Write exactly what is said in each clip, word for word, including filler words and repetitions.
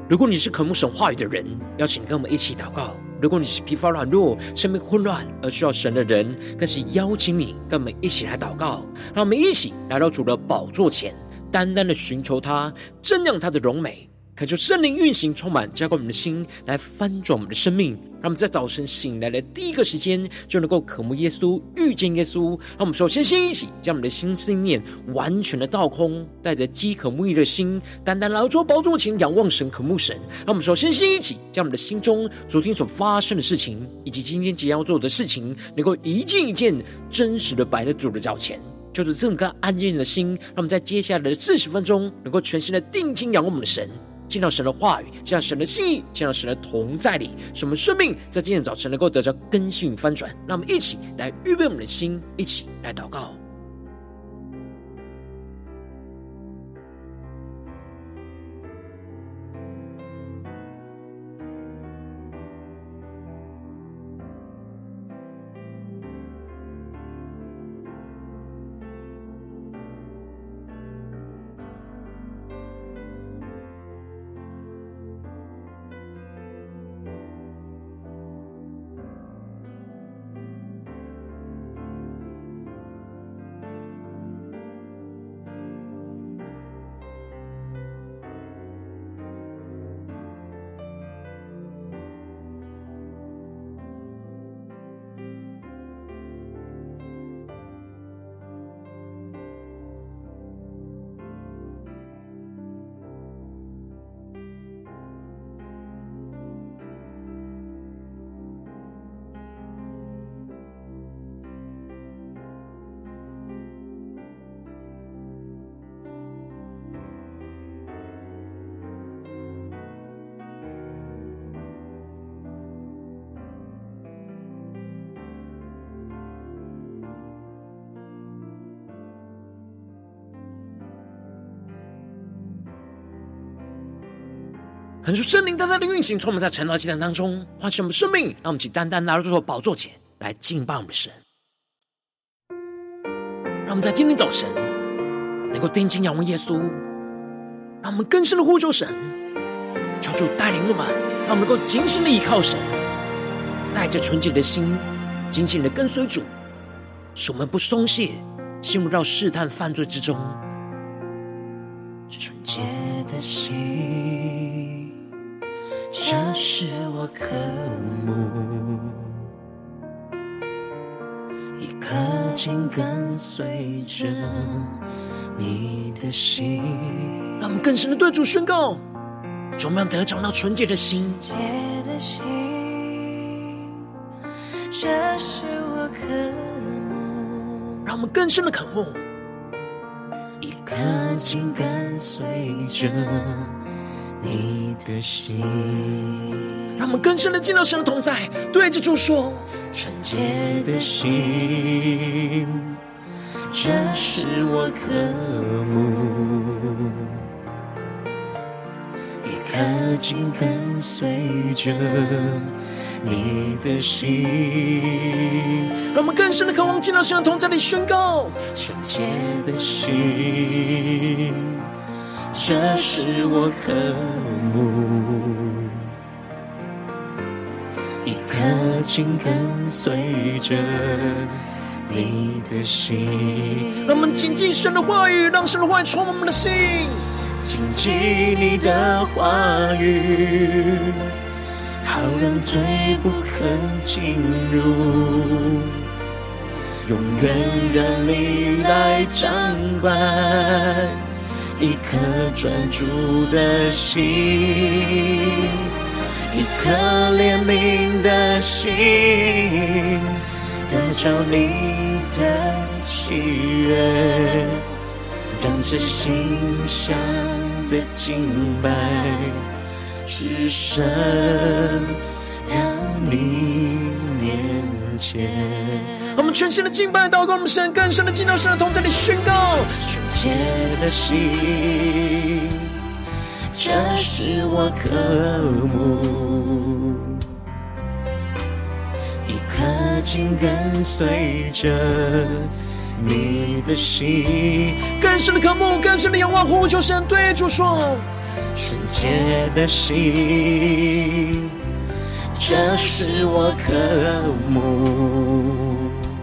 如果你是渴慕神话语的人，邀请你跟我们一起祷告。如果你是疲乏软弱、生命混乱而需要神的人，更是邀请你跟我们一起来祷告。让我们一起来到主的宝座前，单单的寻求他，瞻仰他的荣美，恳求圣灵运行充满浇灌我们的心，来翻转我们的生命。让我们在早晨醒来的第一个时间就能够渴慕耶稣，遇见耶稣。让我们首先先一起将我们的心思念完全的倒空，带着饥渴沐浴的心，单单来到主宝座前仰望神，渴慕神。让我们首先先一起将我们的心中昨天所发生的事情，以及今天即将要做的事情，能够一件一件真实的摆在主的脚前。就是这么个安静的心，让我们在接下来的四十分钟能够全心的定睛仰望我们的神，见到神的话语，见到神的心意，见到神的同在里，使我们生命在今天早晨能够得到更新与翻转。让我们一起来预备我们的心，一起来祷告。恳求圣灵单单的运行，从我们在晨祷祭坛当中唤醒我们生命，让我们一起单单来到这宝座前来敬拜我们的神。让我们在今天早晨能够定睛仰望耶稣，让我们更深的呼求神，求主带领我们，让我们能够尽心的依靠神，带着纯洁的心紧紧的跟随主，使我们不松懈，陷入到试探犯罪之中。 纯洁的心，这是我渴慕，一颗心跟随着你的心。 让我们更深的对主宣告，主，我们要得着那纯洁的心， 纯洁的心，这是我渴慕， 让我们更深的渴慕， 一颗心跟随着你的心。 让我们更深的进到神的同在，对着主说， 纯洁的心，这是我渴慕，一颗心跟随着你的心。 让我们更深的渴望进到神的同在里宣告， 纯洁的心，这是我渴慕，一颗心跟随着你的心。 让我们谨记神的话语，让神的话语充满我们的心， 谨记你的话语，好让罪不可进入，永远让你来掌管，一颗专注的心，一颗怜悯的心，得着你的喜悦，让这心香的敬拜只剩到你面前。 我们全新的敬拜祷告，我们神更深的进到神的同在里宣告， 纯洁的心，这是我渴慕，一颗心跟随着你的心。 更深的渴慕，更深的仰望，呼求神，对主说， 纯洁的心，这是我渴慕，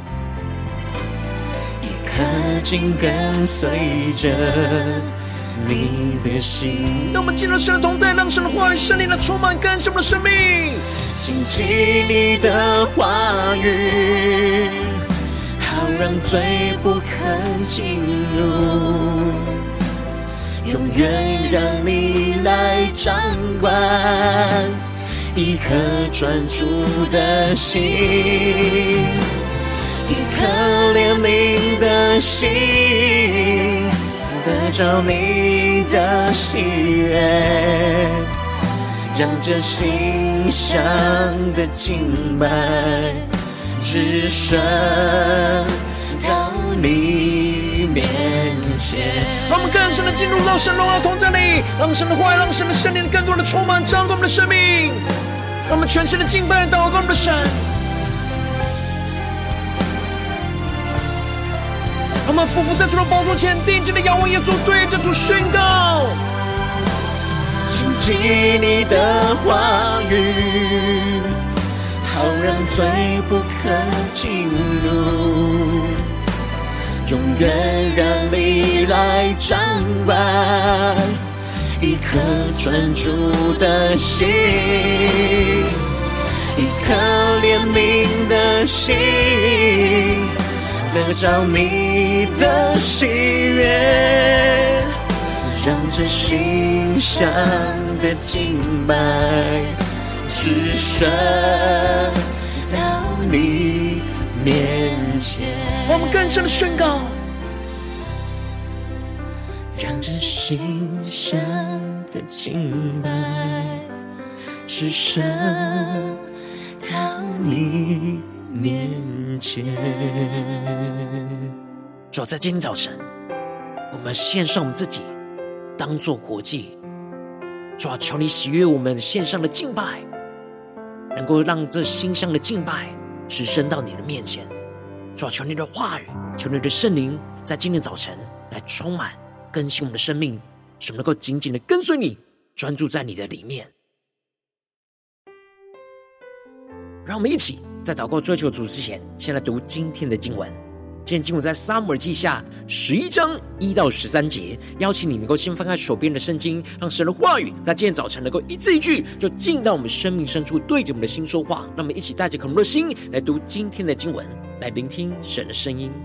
一颗紧跟随着你的心。 让我们进入神的同在，让神的话语、圣灵来充满更新我们的生命。 谨记你的话语，好让罪不可进入，永远让你来掌管，一颗专注的心，一颗怜悯的心，得着你的喜悦，让这心上的敬拜只剩到你面前。 让我们更深的进入到神荣耀同在里，让神的话语、让神的圣灵更多的充满掌管我们的生命，让我们全心的敬拜祷告我们的神。让我们俯伏在主的宝座前，定睛的仰望耶稣，对着主宣告： 谨记你的话语，好让罪不可进入，永远让你来掌管，一颗专注的心，一颗怜悯的心，得着你的喜悦，让这心上的敬拜只剩到你面前。 让我们更深的宣告， 让这心上的敬拜只剩到你面前。 主要在今天早晨，我们献上我们自己当作活祭。主要求你喜悦我们献上的敬拜，能够让这馨香的敬拜直升到你的面前。主要求你的话语，求你的圣灵在今天早晨来充满更新我们的生命，使我们能够紧紧的跟随你，专注在你的里面。让我们一起在祷告追求主之前，先来读今天的经文。今天经文在撒母耳记下十一章一到十三节，邀请你能够先翻开手边的圣经，让神的话语在今天早晨能够一字一句就进到我们生命深处，对着我们的心说话。让我们一起带着渴慕的心来读今天的经文，来聆听神的声音。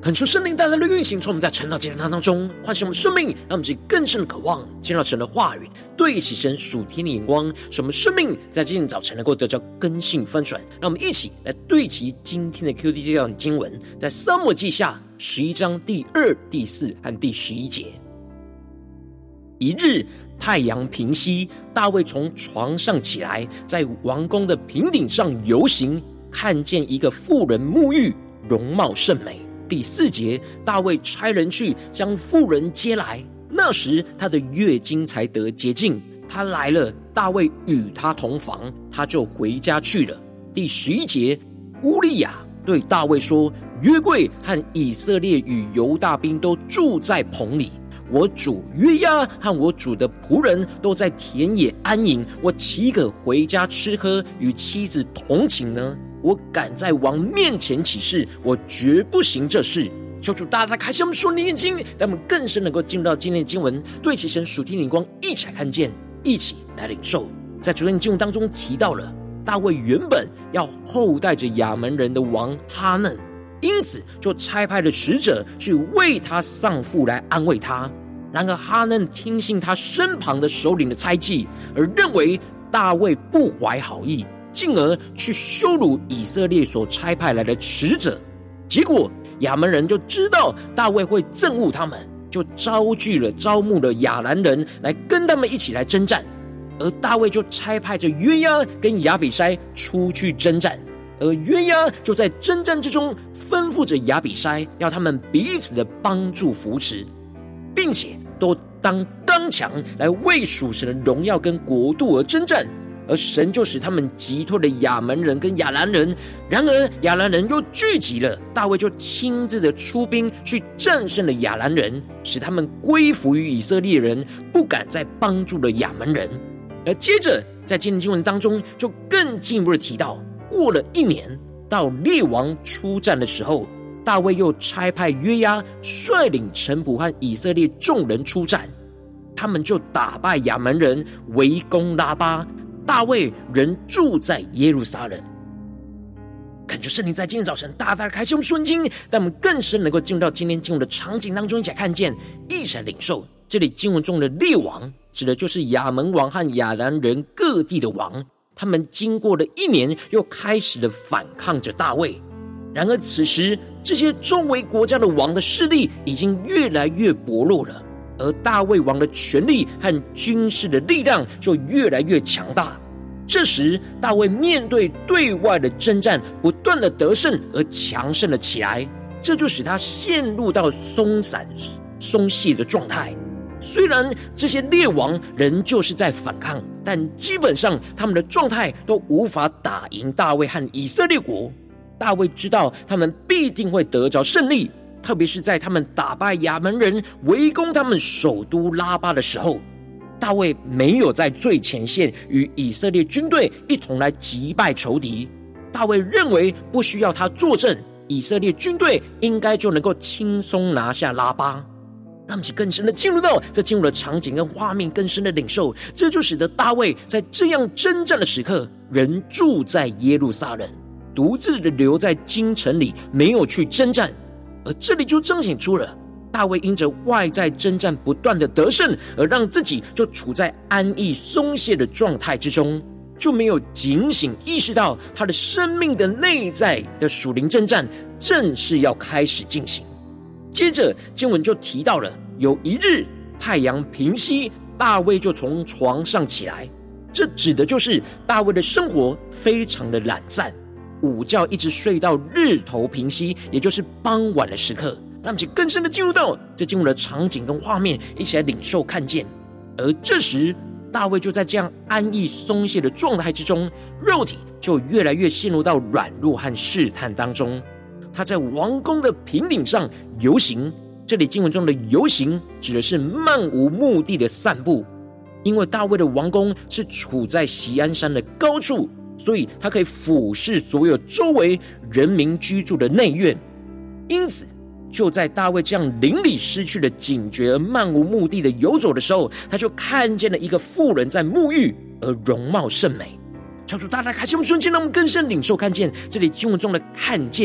恳求圣灵带来的运行，从我们在晨祷祭坛当中唤醒我们生命，让我们自己更深的渴望见到神的话语，对齐神属天的眼光，使我们生命在今天早晨能够得到更新翻转。让我们一起来对齐今天的 Q T 这段经文，在撒母耳记下十一章第二、第四和第十一节。一日太阳平西，大卫从床上起来，在王宫的平顶上游行，看见一个妇人沐浴，容貌甚美。第四节，大卫差人去将妇人接来，那时他的月经才得洁净。他来了，大卫与他同房，他就回家去了。第十一节，乌利亚对大卫说：约柜和以色列与犹大兵都住在棚里，我主约押和我主的仆人都在田野安营，我岂可回家吃喝，与妻子同寝呢？我敢在王面前起誓，我绝不行这事。求主大大开启我们属灵眼睛，让我们更深能够进入到今天的经文，对其神属天灵光一起来看见，一起来领受。在昨天经文当中提到了，大卫原本要后代着亚扪人的王哈嫩，因此就差派了使者去为他丧父来安慰他。然而哈嫩听信他身旁的首领的猜忌，而认为大卫不怀好意，进而去羞辱以色列所差派来的使者。结果亚扪人就知道大卫会憎恶他们，就招聚了招募了亚兰人来跟他们一起来征战。而大卫就差派着约押跟亚比筛出去征战，而约押就在征战之中吩咐着亚比筛，要他们彼此的帮助扶持，并且都当刚强来为属神的荣耀跟国度而征战。而神就使他们击退了亚扪人跟亚兰人，然而亚兰人又聚集了，大卫就亲自的出兵去战胜了亚兰人，使他们归服于以色列人，不敢再帮助了亚扪人。而接着在今天经文当中就更进一步的提到，过了一年，到列王出战的时候，大卫又差派约押率领臣仆和以色列众人出战，他们就打败亚扪人，围攻拉巴。大卫仍住在耶路撒冷。恳求圣灵在今天早晨大大的开启我们属灵，让我们更深能够进入到今天经文的场景当中，一起来看见，一起来领受。这里经文中的列王指的就是亚扪王和亚兰人各地的王，他们经过了一年又开始了反抗着大卫。然而此时这些周围国家的王的势力已经越来越薄弱了，而大卫王的权力和军事的力量就越来越强大。这时大卫面对对外的征战不断的得胜而强盛了起来，这就使他陷入到松散松懈的状态。虽然这些列王仍旧是在反抗，但基本上他们的状态都无法打赢大卫和以色列国。大卫知道他们必定会得着胜利，特别是在他们打败亚扪人，围攻他们首都拉巴的时候，大卫没有在最前线与以色列军队一同来击败仇敌。大卫认为不需要他坐镇，以色列军队应该就能够轻松拿下拉巴。让我们更深的进入到这进入的场景跟画面，更深的领受，这就使得大卫在这样征战的时刻仍住在耶路撒冷，独自的留在京城里，没有去征战。而这里就彰显出了大卫因着外在征战不断的得胜，而让自己就处在安逸松懈的状态之中，就没有警醒意识到他的生命的内在的属灵征战正是要开始进行。接着经文就提到了，有一日太阳平西，大卫就从床上起来。这指的就是大卫的生活非常的懒散，午觉一直睡到日头平西，也就是傍晚的时刻。让我们更深的进入到这进入的场景跟画面，一起来领受看见。而这时大卫就在这样安逸松懈的状态之中，肉体就越来越陷入到软弱和试探当中。他在王宫的平顶上游行，这里经文中的游行指的是漫无目的的散步。因为大卫的王宫是处在锡安山的高处，所以他可以俯视所有周围人民居住的内院。因此就在大卫这样邻里失去了警觉而漫无目的的游走的时候，他就看见了一个妇人在沐浴，而容貌甚美。求主大大开启我们瞬间，让我们更深领受看见这里经文中的看见，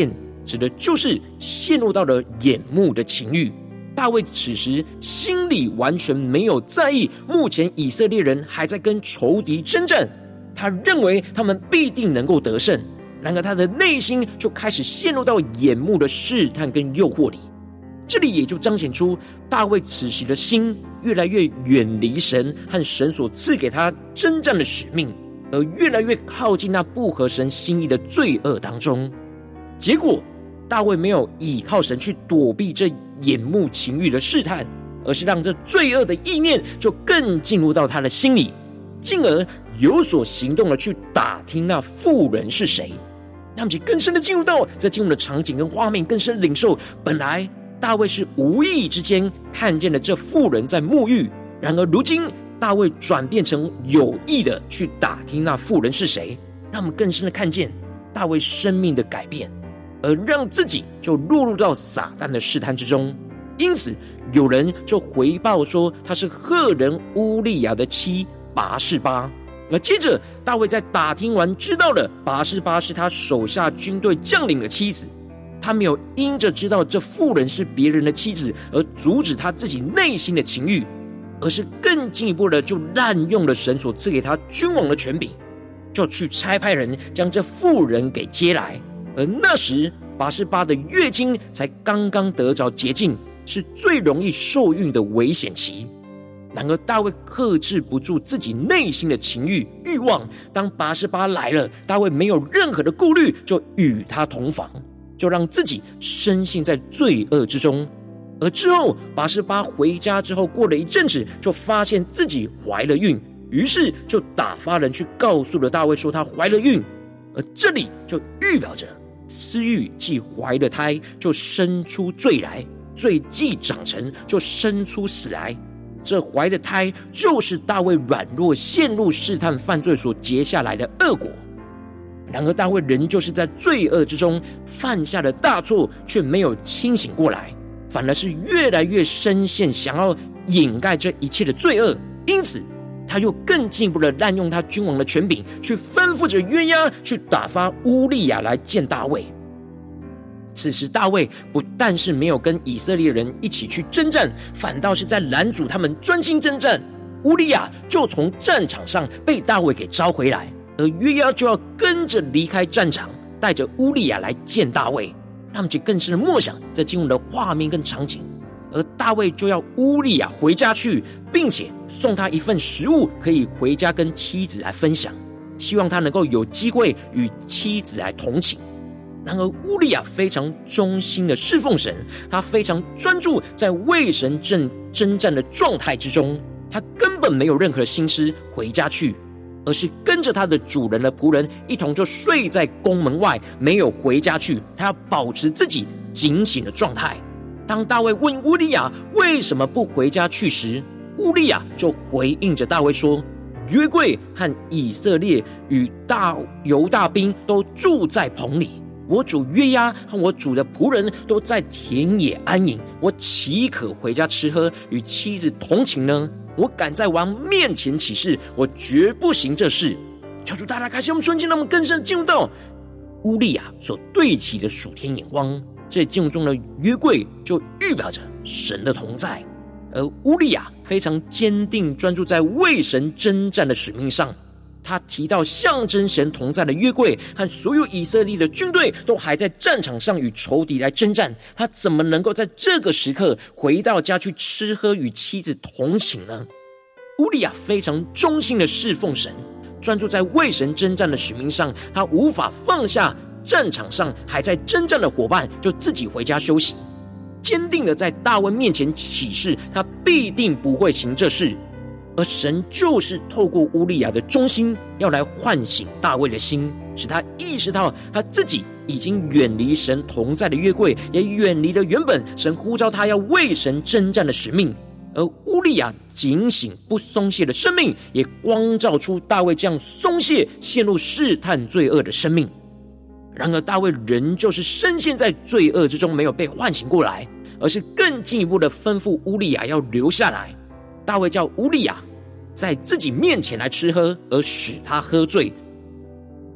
指的就是陷入到了眼目的情欲。大卫此时心里完全没有在意目前以色列人还在跟仇敌征战，他认为他们必定能够得胜，然而他的内心就开始陷入到眼目的试探跟诱惑里。这里也就彰显出大卫此时的心越来越远离神和神所赐给他征战的使命，而越来越靠近那不合神心意的罪恶当中。结果大卫没有倚靠神去躲避这眼目情欲的试探，而是让这罪恶的意念就更进入到他的心里，进而有所行动的去打听那妇人是谁。让我们更深的进入到这进入的场景跟画面，更深的领受本来大卫是无意之间看见了这妇人在沐浴，然而如今大卫转变成有意的去打听那妇人是谁，让我们更深的看见大卫生命的改变，而让自己就落入到撒旦的试探之中。因此有人就回报说他是赫人乌利亚的妻拔示巴，而接着大卫在打听完知道了拔示巴是他手下军队将领的妻子，他没有因着知道这妇人是别人的妻子而阻止他自己内心的情欲，而是更进一步的就滥用了神所赐给他君王的权柄，就去差派人将这妇人给接来。而那时拔示巴的月经才刚刚得着洁净，是最容易受孕的危险期。然而大卫克制不住自己内心的情欲欲望，当拔示巴来了，大卫没有任何的顾虑，就与他同房，就让自己深陷在罪恶之中。而之后拔示巴回家之后，过了一阵子就发现自己怀了孕，于是就打发人去告诉了大卫说他怀了孕。而这里就预表着私欲既怀了胎，就生出罪来，罪既长成，就生出死来。这怀的胎就是大卫软弱陷入试探犯罪所结下来的恶果。然而大卫仍旧是在罪恶之中犯下了大错，却没有清醒过来，反而是越来越深陷想要掩盖这一切的罪恶。因此他又更进一步的滥用他君王的权柄，去吩咐着约押去打发乌利亚来见大卫。此时大卫不但是没有跟以色列人一起去征战，反倒是在拦阻他们专心征战。乌利亚就从战场上被大卫给召回来，而约押就要跟着离开战场，带着乌利亚来见大卫。让我们更深的默想这经文的画面跟场景。而大卫就要乌利亚回家去，并且送他一份食物，可以回家跟妻子来分享，希望他能够有机会与妻子来同寝。然而乌利亚非常忠心的侍奉神，他非常专注在为神征征战的状态之中，他根本没有任何心思回家去，而是跟着他的主人的仆人一同就睡在宫门外，没有回家去。他要保持自己警醒的状态。当大卫问乌利亚为什么不回家去时，乌利亚就回应着大卫说，约柜和以色列与大犹大兵都住在棚里，我主约押和我主的仆人都在田野安营，我岂可回家吃喝，与妻子同寝呢？我敢在王面前起誓，我绝不行这事。求主大大开启我们瞬间，让我们更深进入到乌利亚所对齐的属天眼光。这经文中的约柜就预表着神的同在，而乌利亚非常坚定专注在为神征战的使命上。他提到象征神同在的约柜和所有以色列的军队都还在战场上与仇敌来征战，他怎么能够在这个时刻回到家去吃喝与妻子同寝呢？乌利亚非常忠心的侍奉神，专注在为神征战的使命上，他无法放下战场上还在征战的伙伴，就自己回家休息，坚定的在大卫面前起誓，他必定不会行这事。而神就是透过乌利亚的忠心，要来唤醒大卫的心，使他意识到他自己已经远离神同在的约柜，也远离了原本神呼召他要为神征战的使命。而乌利亚警醒不松懈的生命，也光照出大卫这样松懈陷入试探罪恶的生命。然而大卫仍旧是深陷在罪恶之中，没有被唤醒过来，而是更进一步的吩咐乌利亚要留下来。大卫叫乌利亚在自己面前来吃喝，而使他喝醉，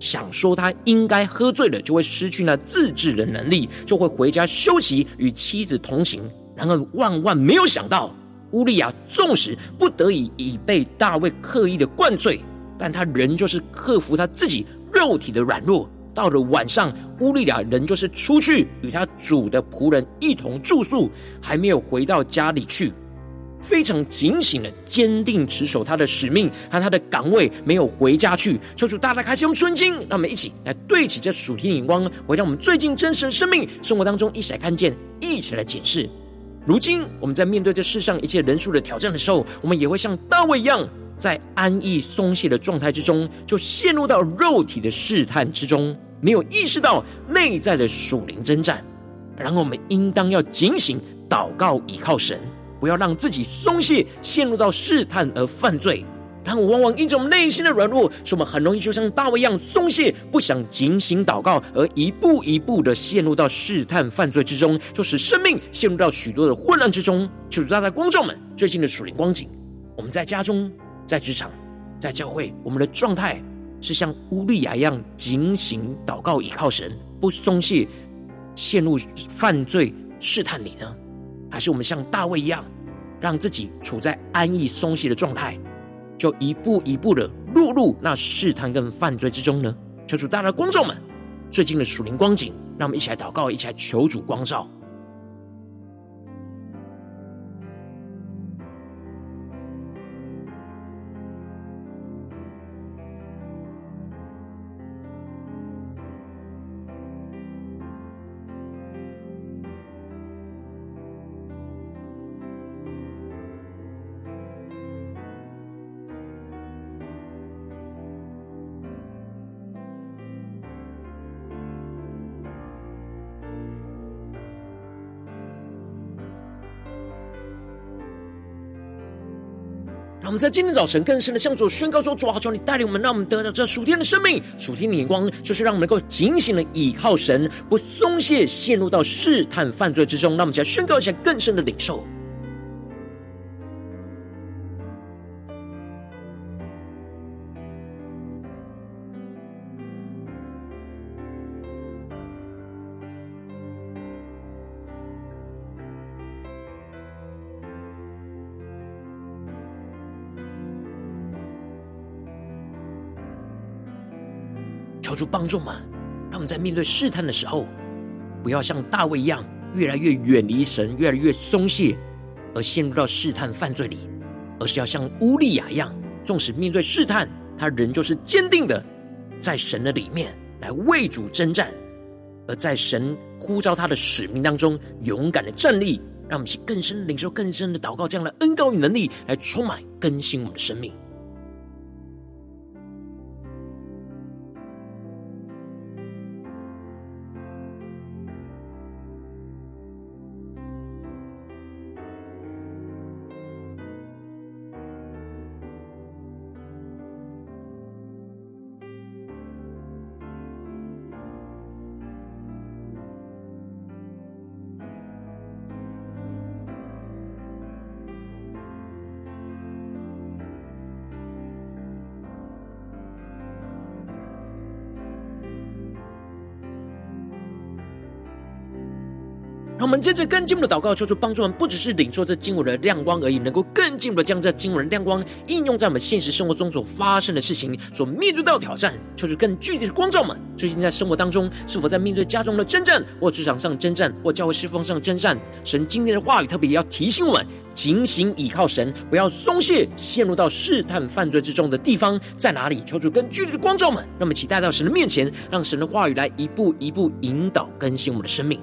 想说他应该喝醉了，就会失去那自制的能力，就会回家休息，与妻子同行。然而万万没有想到，乌利亚纵使不得已已被大卫刻意的灌醉，但他仍旧是克服他自己肉体的软弱。到了晚上，乌利亚仍旧是出去与他主的仆人一同住宿，还没有回到家里去，非常警醒的坚定持守他的使命和他的岗位，没有回家去。求主大大开启我们顺心，让我们一起来对齐这属天的眼光，回到我们最近真实的生命生活当中，一起来看见，一起来检视。如今我们在面对这世上一切人数的挑战的时候，我们也会像大卫一样，在安逸松懈的状态之中，就陷入到肉体的试探之中，没有意识到内在的属灵征战。然后我们应当要警醒祷告，倚靠神，不要让自己松懈，陷入到试探而犯罪。然后往往因着我们内心的软弱，使我们很容易就像大卫一样松懈，不想警醒祷告，而一步一步的陷入到试探犯罪之中，就使生命陷入到许多的混乱之中。求主大家观众们最近的属灵光景，我们在家中、在职场、在教会，我们的状态是像乌利亚一样警醒祷告，倚靠神，不松懈，陷入犯罪试探里呢？还是我们像大卫一样，让自己处在安逸松懈的状态，就一步一步的落入那试探跟犯罪之中呢？求主大家的观众们最近的属灵光景，让我们一起来祷告，一起来求主光照。让我们在今天早晨更深的向主宣告说：主啊，求你带领我们，让我们得到这属天的生命。属天的眼光就是让我们能够警醒的倚靠神，不松懈，陷入到试探犯罪之中。让我们一起来宣告一下更深的领受。求主帮助我们，让我们在面对试探的时候，不要像大卫一样越来越远离神，越来越松懈，而陷入到试探犯罪里，而是要像乌利亚一样，纵使面对试探，他仍旧是坚定的在神的里面来为主征战，而在神呼召他的使命当中勇敢的站立。让我们一起更深的领受，更深的祷告，这样的恩膏与能力来充满更新我们的生命。让我们接着更进一步的祷告，求主帮助我们，不只是领受这经文的亮光而已，能够更进一步的将这经文的亮光应用在我们现实生活中所发生的事情，所面对到的挑战。求主更具体的光照我们，最近在生活当中是否在面对家中的征战，或职场上征战，或教会侍奉上征战？神今天的话语特别也要提醒我们，警醒倚靠神，不要松懈，陷入到试探犯罪之中的地方在哪里？求主更具体的光照我们，让我们期待到神的面前，让神的话语来一步一步引导更新我们的生命。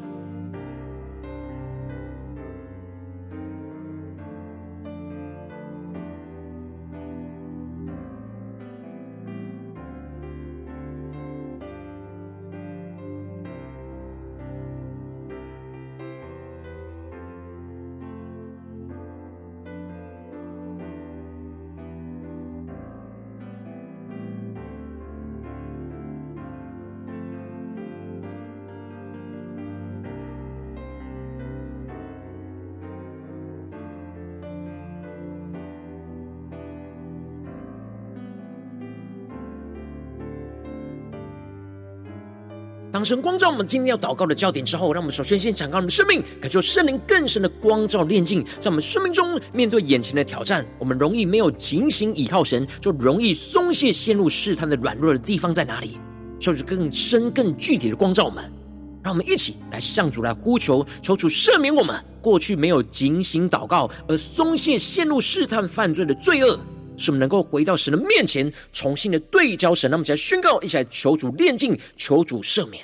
当神光照我们今天要祷告的焦点之后，让我们首先先敞开我们的生命，感受圣灵更深的光照炼净，在我们生命中面对眼前的挑战，我们容易没有警醒倚靠神，就容易松懈陷入试探的软弱的地方在哪里？求主更深更具体的光照我们，让我们一起来向主来呼求，求主赦免我们过去没有警醒祷告而松懈陷入试探犯罪的罪恶，使我们能够回到神的面前，重新的对焦神。让我们一起来宣告，一起来求主炼净，求主赦免。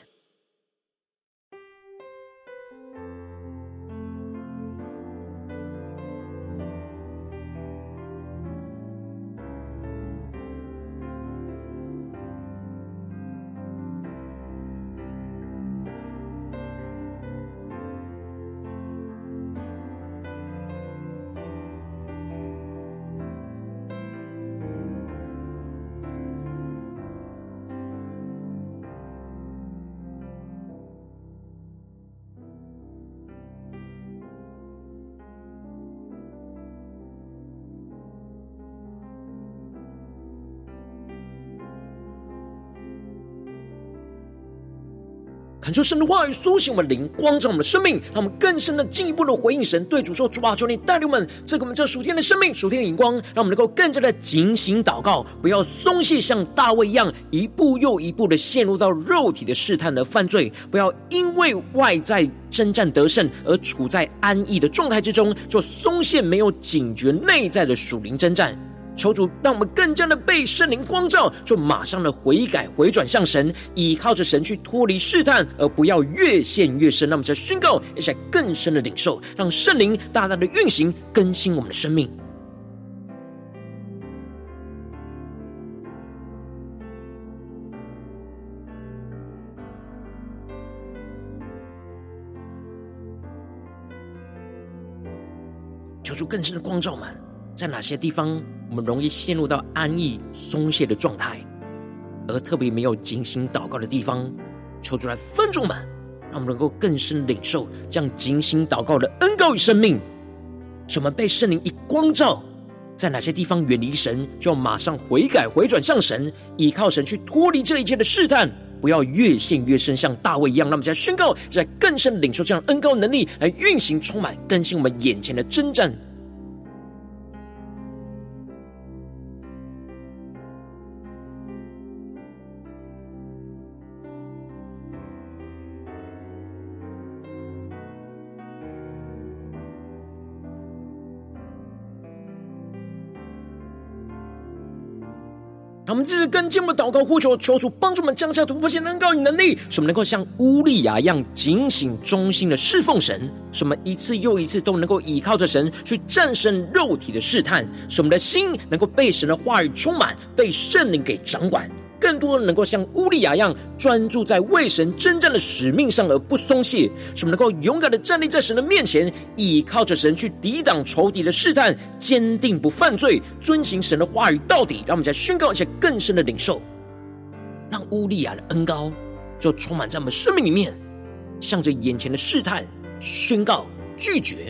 恳求神的话语苏醒我们的灵，光照我们的生命，让我们更深的进一步的回应神。对主说：主啊，求你带领我们赐给我们这属天的生命、属天的眼光，让我们能够更加的警醒祷告，不要松懈，像大卫一样一步又一步的陷入到肉体的试探和犯罪，不要因为外在征战得胜而处在安逸的状态之中，就松懈，没有警觉内在的属灵征战。求主让我们更加的被圣灵光照，就马上的悔改回转向神，依靠着神去脱离试探，而不要越陷越深。让我们再宣告，一起来更深的领受，让圣灵大大的运行更新我们的生命。求主更深的光照我们，在哪些地方我们容易陷入到安逸松懈的状态，而特别没有警醒祷告的地方，求主来分众们，让我们能够更深领受这样警醒祷告的恩膏与生命，使我们被圣灵一光照，在哪些地方远离神，就要马上悔改回转向神，依靠神去脱离这一切的试探，不要越陷越深，像大卫一样。让我们再宣告，在更深领受这样恩膏能力来运行充满更新我们眼前的征战。让我们继续跟进我们的祷告呼求，求主帮助我们降下突破性的恩膏与能力，使我们能够像乌利亚一样警醒忠心的侍奉神，使我们一次又一次都能够依靠着神去战胜肉体的试探，使我们的心能够被神的话语充满，被圣灵给掌管，更多能够像乌利亚一样专注在为神征战的使命上而不松懈，使我们能够勇敢的站立在神的面前，依靠着神去抵挡仇敌的试探，坚定不犯罪，遵行神的话语到底。让我们再宣告一些更深的领受，让乌利亚的恩膏就充满在我们生命里面，向着眼前的试探宣告拒绝。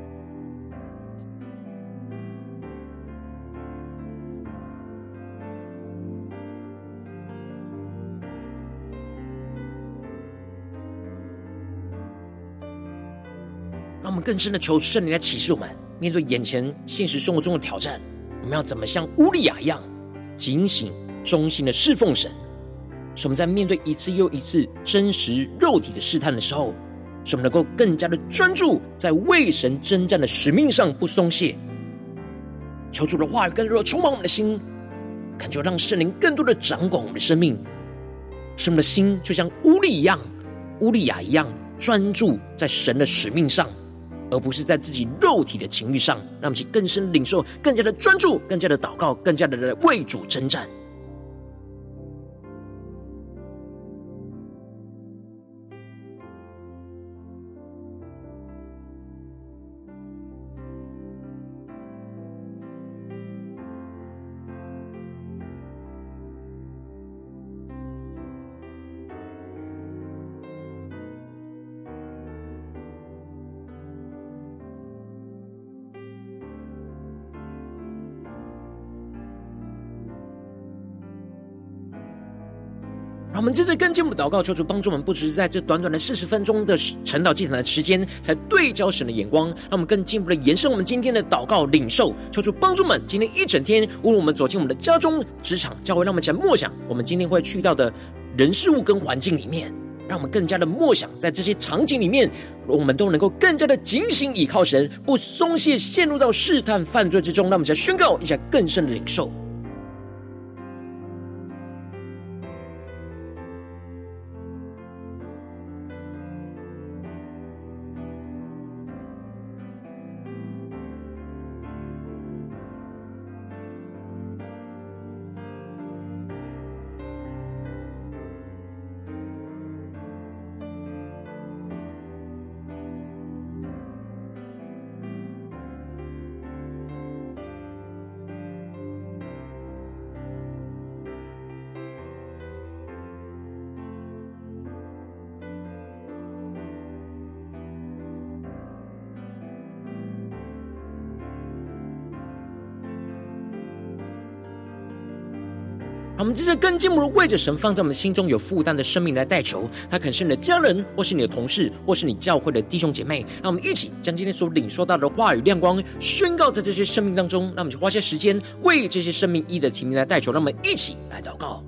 让我们更深的求圣灵来启示我们，面对眼前现实生活中的挑战，我们要怎么像乌利亚一样警醒忠心的侍奉神，使我们在面对一次又一次真实肉体的试探的时候，使我们能够更加的专注在为神征战的使命上不松懈。求主的话语更多的充满我们的心，恳求让圣灵更多的掌管我们的生命，使我们的心就像乌利一样乌利亚一样专注在神的使命上，而不是在自己肉体的情欲上。让我们去更深领受，更加的专注，更加的祷告，更加的为主征战。 让我们接着跟进我们的祷告，求主帮助我们，不只是在这短短的四十分钟的晨祷祭坛的时间，才对焦神的眼光，让我们更进一步的延伸我们今天的祷告领受。求主帮助我们，今天一整天，无论我们走进我们的家中、职场、教会，让我们一起来默想我们今天会去到的人事物跟环境里面，让我们更加的默想，在这些场景里面，我们都能够更加的警醒倚靠神，不松懈，陷入到试探犯罪之中。让我们一起来宣告一下更深的领受。让我们接着更进一步的为着神放在我们心中有负担的生命来代求，他可能是你的家人，或是你的同事，或是你教会的弟兄姐妹。让我们一起将今天所领受到的话语亮光宣告在这些生命当中。让我们就花些时间为这些生命一的提名来代求。让我们一起来祷告。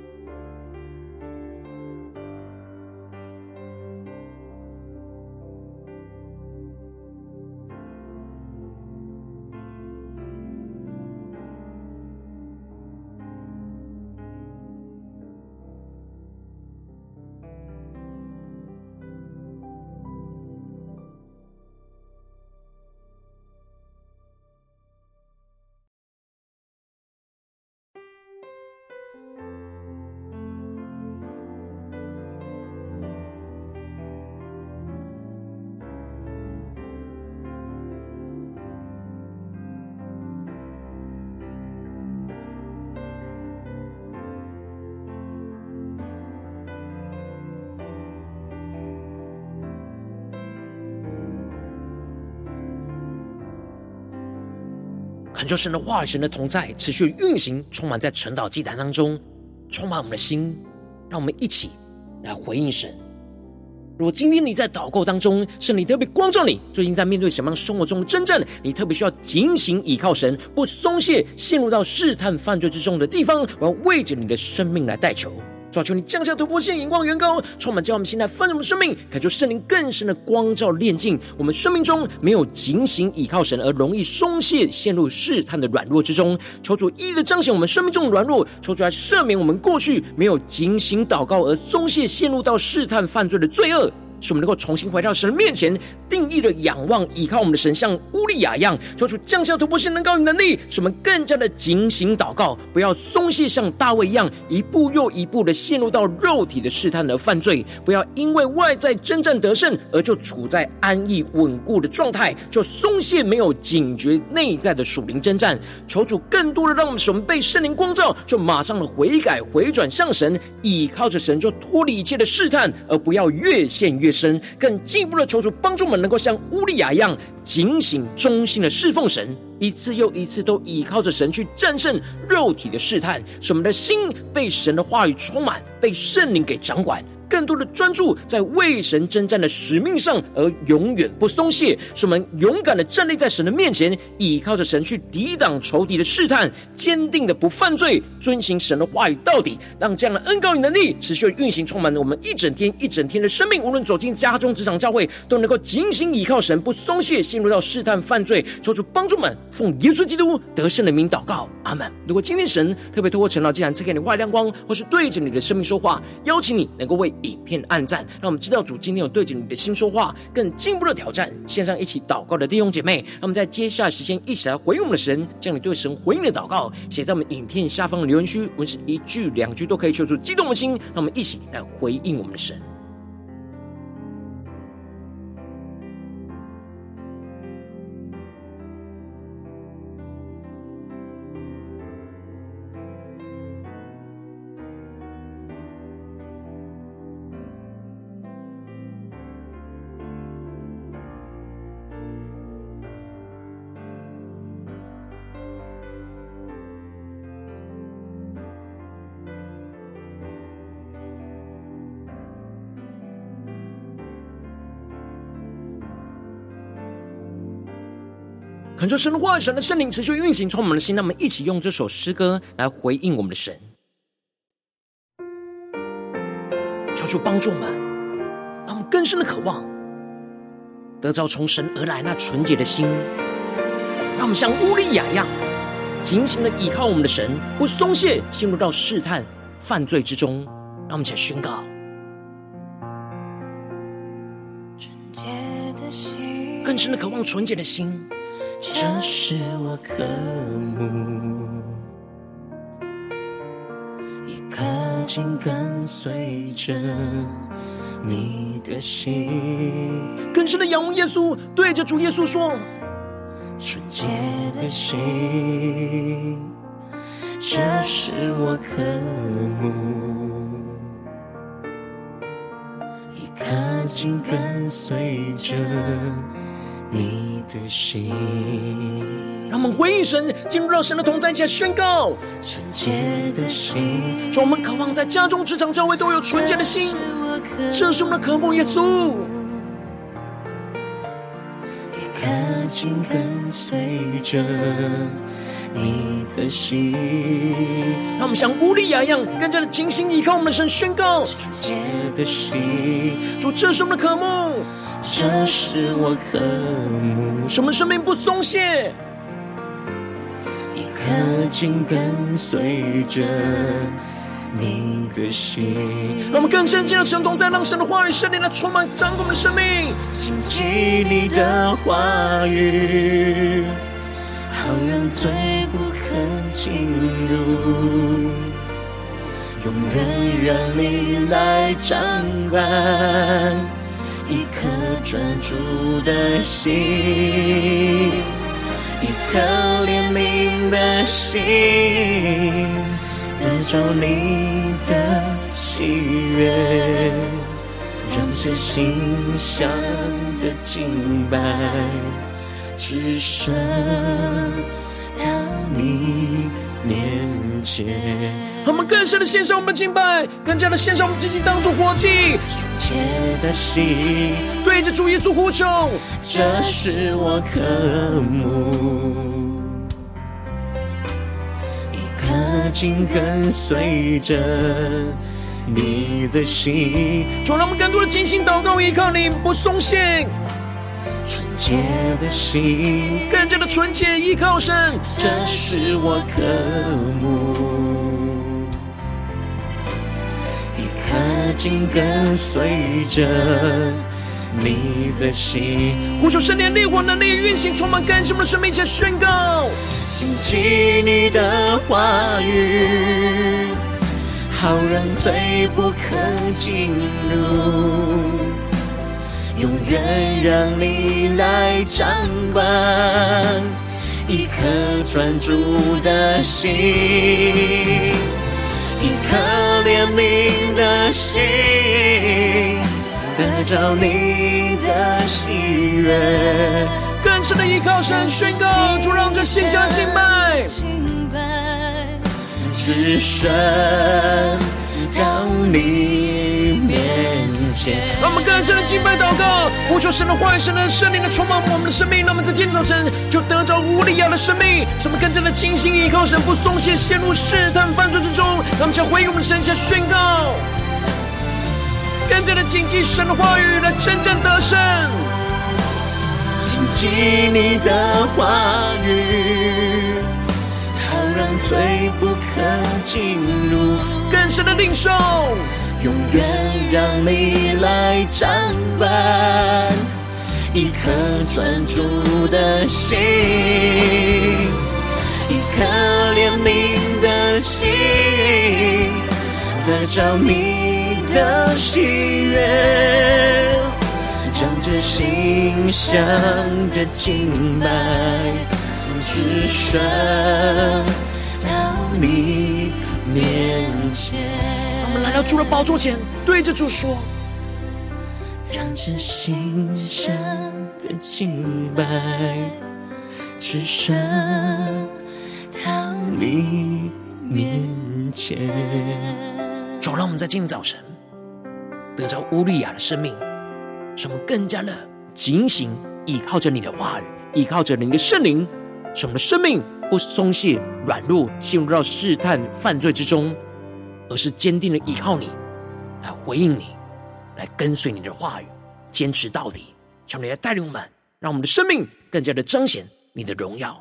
恳求神的话语、神的同在持续运行，充满在晨祷祭坛当中，充满我们的心，让我们一起来回应神。如果今天你在祷告当中，圣灵特别光照你，最近在面对什么样生活中的征战，你特别需要警醒倚靠神，不松懈，陷入到试探犯罪之中的地方，我要为着你的生命来代求。主啊，求你降下突破线，眼光远高，充满将我们心来丰盛我们生命，恳求圣灵更深的光照炼净我们生命中没有警醒倚靠神而容易松懈陷入试探的软弱之中。求主一一的彰显我们生命中的软弱，求主来赦免我们过去没有警醒祷告而松懈陷入到试探犯罪的罪恶，使我们能够重新回到神的面前，定义的仰望倚靠我们的神，像乌利亚一样，求主降下突破性能高与能力，使我们更加的警醒祷告，不要松懈像大卫一样一步又一步的陷入到肉体的试探而犯罪，不要因为外在征战得胜而就处在安逸稳固的状态，就松懈没有警觉内在的属灵征战。求主更多的让我们使我们被圣灵光照，就马上的悔改回转向神，倚靠着神就脱离一切的试探，而不要越陷越深。更进一步的求主帮助我们能够像乌利亚一样警醒忠心的侍奉神，一次又一次都倚靠着神去战胜肉体的试探，使我们的心被神的话语充满，被圣灵给掌管，更多的专注在为神征战的使命上，而永远不松懈，使我们勇敢的站立在神的面前，倚靠着神去抵挡仇敌的试探，坚定的不犯罪，遵行神的话语到底，让这样的恩膏与能力持续的运行，充满了我们一整天一整天的生命。无论走进家中、职场、教会，都能够警醒倚靠神，不松懈陷入到试探犯罪。求主帮助们，奉耶稣基督得胜的名祷告，阿们。如果今天神特别透过晨祷祭坛赐给你话语亮光，或是对着你的生命说话，邀请你能够为影片按赞，让我们知道主今天有对着你的心说话，更进一步的挑战线上一起祷告的弟兄姐妹，让我们在接下来时间一起来回应我们的神，将你对神回应的祷告写在我们影片下方的留言区，无论是一句两句都可以求主激动我们的心，让我们一起来回应我们的神。 恳求神的话语、神的圣灵持续运行充满我们的心，让我们一起用这首诗歌来回应我们的神。求主帮助我们，让我们更深的渴望得着从神而来那纯洁的心，让我们像乌利亚一样紧紧的倚靠我们的神，不松懈，陷入到试探犯罪之中。让我们一起来宣告，更深的渴望纯洁的心， 这是我渴慕，一颗紧跟随着你的心， 更深的仰望耶稣，对着主耶稣说， 纯洁的心，这是我渴慕，一颗紧跟随着你的心。 让我们回应神，进入到神的同在，一起来宣告纯洁的心。 主，我们渴望在家中、职场、教会都有纯洁的心，这是我们的渴慕，耶稣。 一颗紧跟随着你的心， 让我们像乌利亚一样，更加的精心依靠我们的神，宣告纯洁的心。 主，这是我们的渴慕， 这是我渴慕， 使我们生命不松懈， 一颗紧跟随着你的心。 让我们更深进入神同在，让神的话语、圣灵来充满掌管我们的生命， 谨记你的话语，好让罪不可进入，永远让你来掌管，一颗专注的心，一颗怜悯的心，得着你的喜悦，让这心香的敬拜只剩到你面前。 让我们更深的献上我们的敬拜，更加的献上我们自己当作活祭， 纯洁的心， 对着主耶稣呼求， 这是我渴慕，一颗紧跟随着你的心。 主，让我们更多的精心祷告，依靠你，不松懈， 纯洁的心， 更加的纯洁依靠神， 这是我渴慕，一颗紧跟随着你的心。 呼求圣灵烈火能力运行，充满更新我们的生命，一起来宣告谨记你的话语，好让罪不可进入，永远让你来掌管，一颗专注的心，一颗怜悯的心，得着你的喜悦， 更深的依靠神，宣告主，让这心香敬拜只剩到你面前。 让我们更深的敬拜祷告，呼求神的话语、神的圣灵的充满我们的生命，让我们在今天早晨就得着乌利亚的生命，使我们更加的精心依靠神，不松懈，陷入试探犯罪之中。让我们将回应我们的神，下宣告，更加的谨记神的话语，来真正得胜。 谨记你的话语，好让罪不可进入， 更深的领受， 永远让你来掌管，一颗专注的心，一颗怜悯的心，得着你的喜悦，将这心香的敬拜只剩到你面前。 我们来到主的宝座前，对着主说， 让这心香的敬拜只剩到你面前。 主，让我们在今天早晨得着乌利亚的生命，使我们更加的警醒依靠着你的话语， 依靠着您的圣灵，使我们的生命不松懈软弱，陷入到试探犯罪之中，而是坚定的依靠你，来回应你，来跟随你的话语，坚持到底。求你来带领我们，让我们的生命更加的彰显你的荣耀。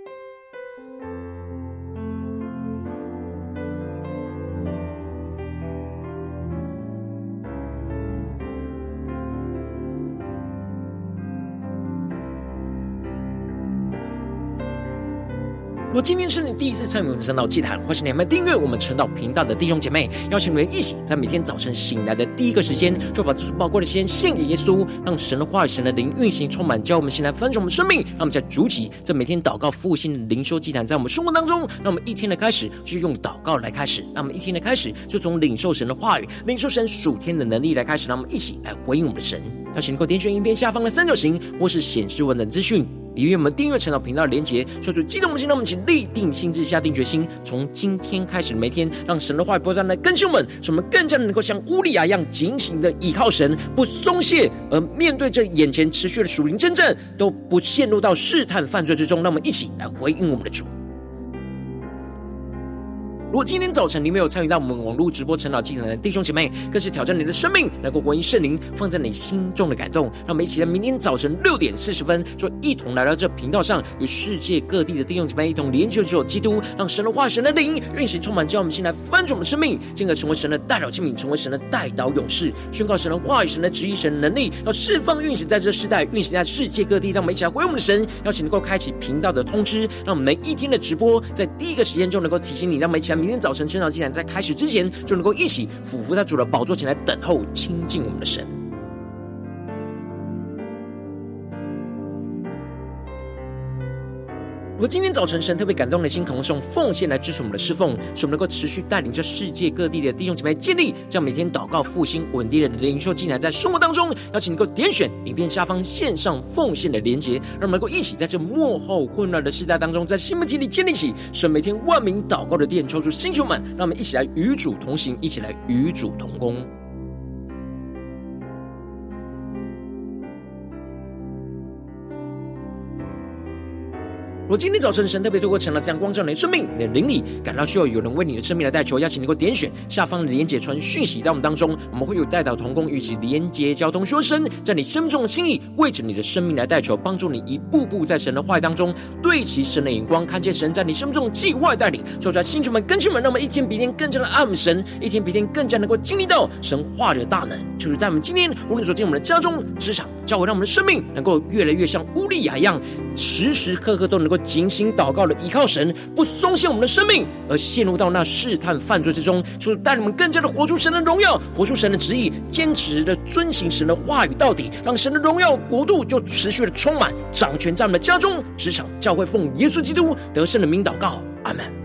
如果今天是你第一次参与我们的晨祷祭坛，或是你还没订阅我们晨祷频道的弟兄姐妹，邀请你们一起在每天早晨醒来的第一个时间，就把这宝贵的时间献给耶稣，让神的话语、神的灵运行充满，教我们先来翻转我们生命。让我们在主起，在每天祷告复兴的灵修祭坛，在我们生活当中，让我们一天的开始就用祷告来开始，让我们一天的开始就从领受神的话语、领受神属天的能力来开始，让我们一起来回应我们的神。邀请你能够点选影片下方的三角形，或是显示文本资讯，里面我们订阅晨祷频道的连结，说出激动的心，让我们一起立定心志，下定决心，从今天开始的每天，让神的话语不断的更新我们，使我们更加的能够像乌利亚一样警醒的依靠神，不松懈，而面对这眼前持续的属灵征战，都不陷入到试探犯罪之中。让我们一起来回应我们的主。如果今天早晨你没有参与到我们网络直播晨祷祭坛的弟兄姐妹，更是挑战你的生命，能够回应圣灵放在你心中的感动。让我们一起在明天早晨六点四十分，就一同来到这频道上，与世界各地的弟兄姐妹一同连接救基督，让神的话、神的灵运行充满，叫我们先来翻转我们生命，进而成为神的代祷器皿，成为神的代祷勇士，宣告神的话语、神的旨意、神的能力，要释放运行在这世代，运行在世界各地。让我们一起来回应我们的神，邀请能够开启频道的通知，让我们每一天的直播在第一个时间就能够提醒你。让我们一起来明天早晨晨祷祭坛在开始之前，就能够一起俯伏在主的宝座前来等候亲近我们的神。如果今天早晨神特别感动的心，可能是用奉献来支持我们的侍奉，使我们能够持续带领这世界各地的弟兄姐妹建立这样每天祷告复兴稳定的灵修祭坛，在生活当中，邀请你能够点选影片下方线上奉献的连结，让我们能够一起在这末后混乱的时代当中，在新媒体里建立起神每天万名祷告的殿，抽出星球们，让我们一起来与主同行，一起来与主同工。如果今天早晨神特别透过晨祷这样光照你的生命，你的灵里感到需要有人为你的生命来代求，邀请你能够点选下方的连结传讯息到我们当中，我们会有代祷同工与其连结交通，说神在你生命中的心意，为着你的生命来代求，帮助你一步步在神的话语当中对齐神的眼光，看见神在你生命中的计划带领，说出来星球们、跟兄们，让我们一天比一天更加的爱我们神，一天比一天更加能够经历到神话语的大能。就是在我们今天无论走进我们的家中、职场、教会，让我们的生命能够越来越像乌利亚一样，时时刻刻都能够警醒祷告的依靠神，不松懈我们的生命，而陷入到那试探犯罪之中，就是带领我们更加的活出神的荣耀，活出神的旨意，坚持的遵行神的话语到底，让神的荣耀国度就持续的充满掌权在我们的家中、职场、教会，奉耶稣基督得胜的名祷告，阿们。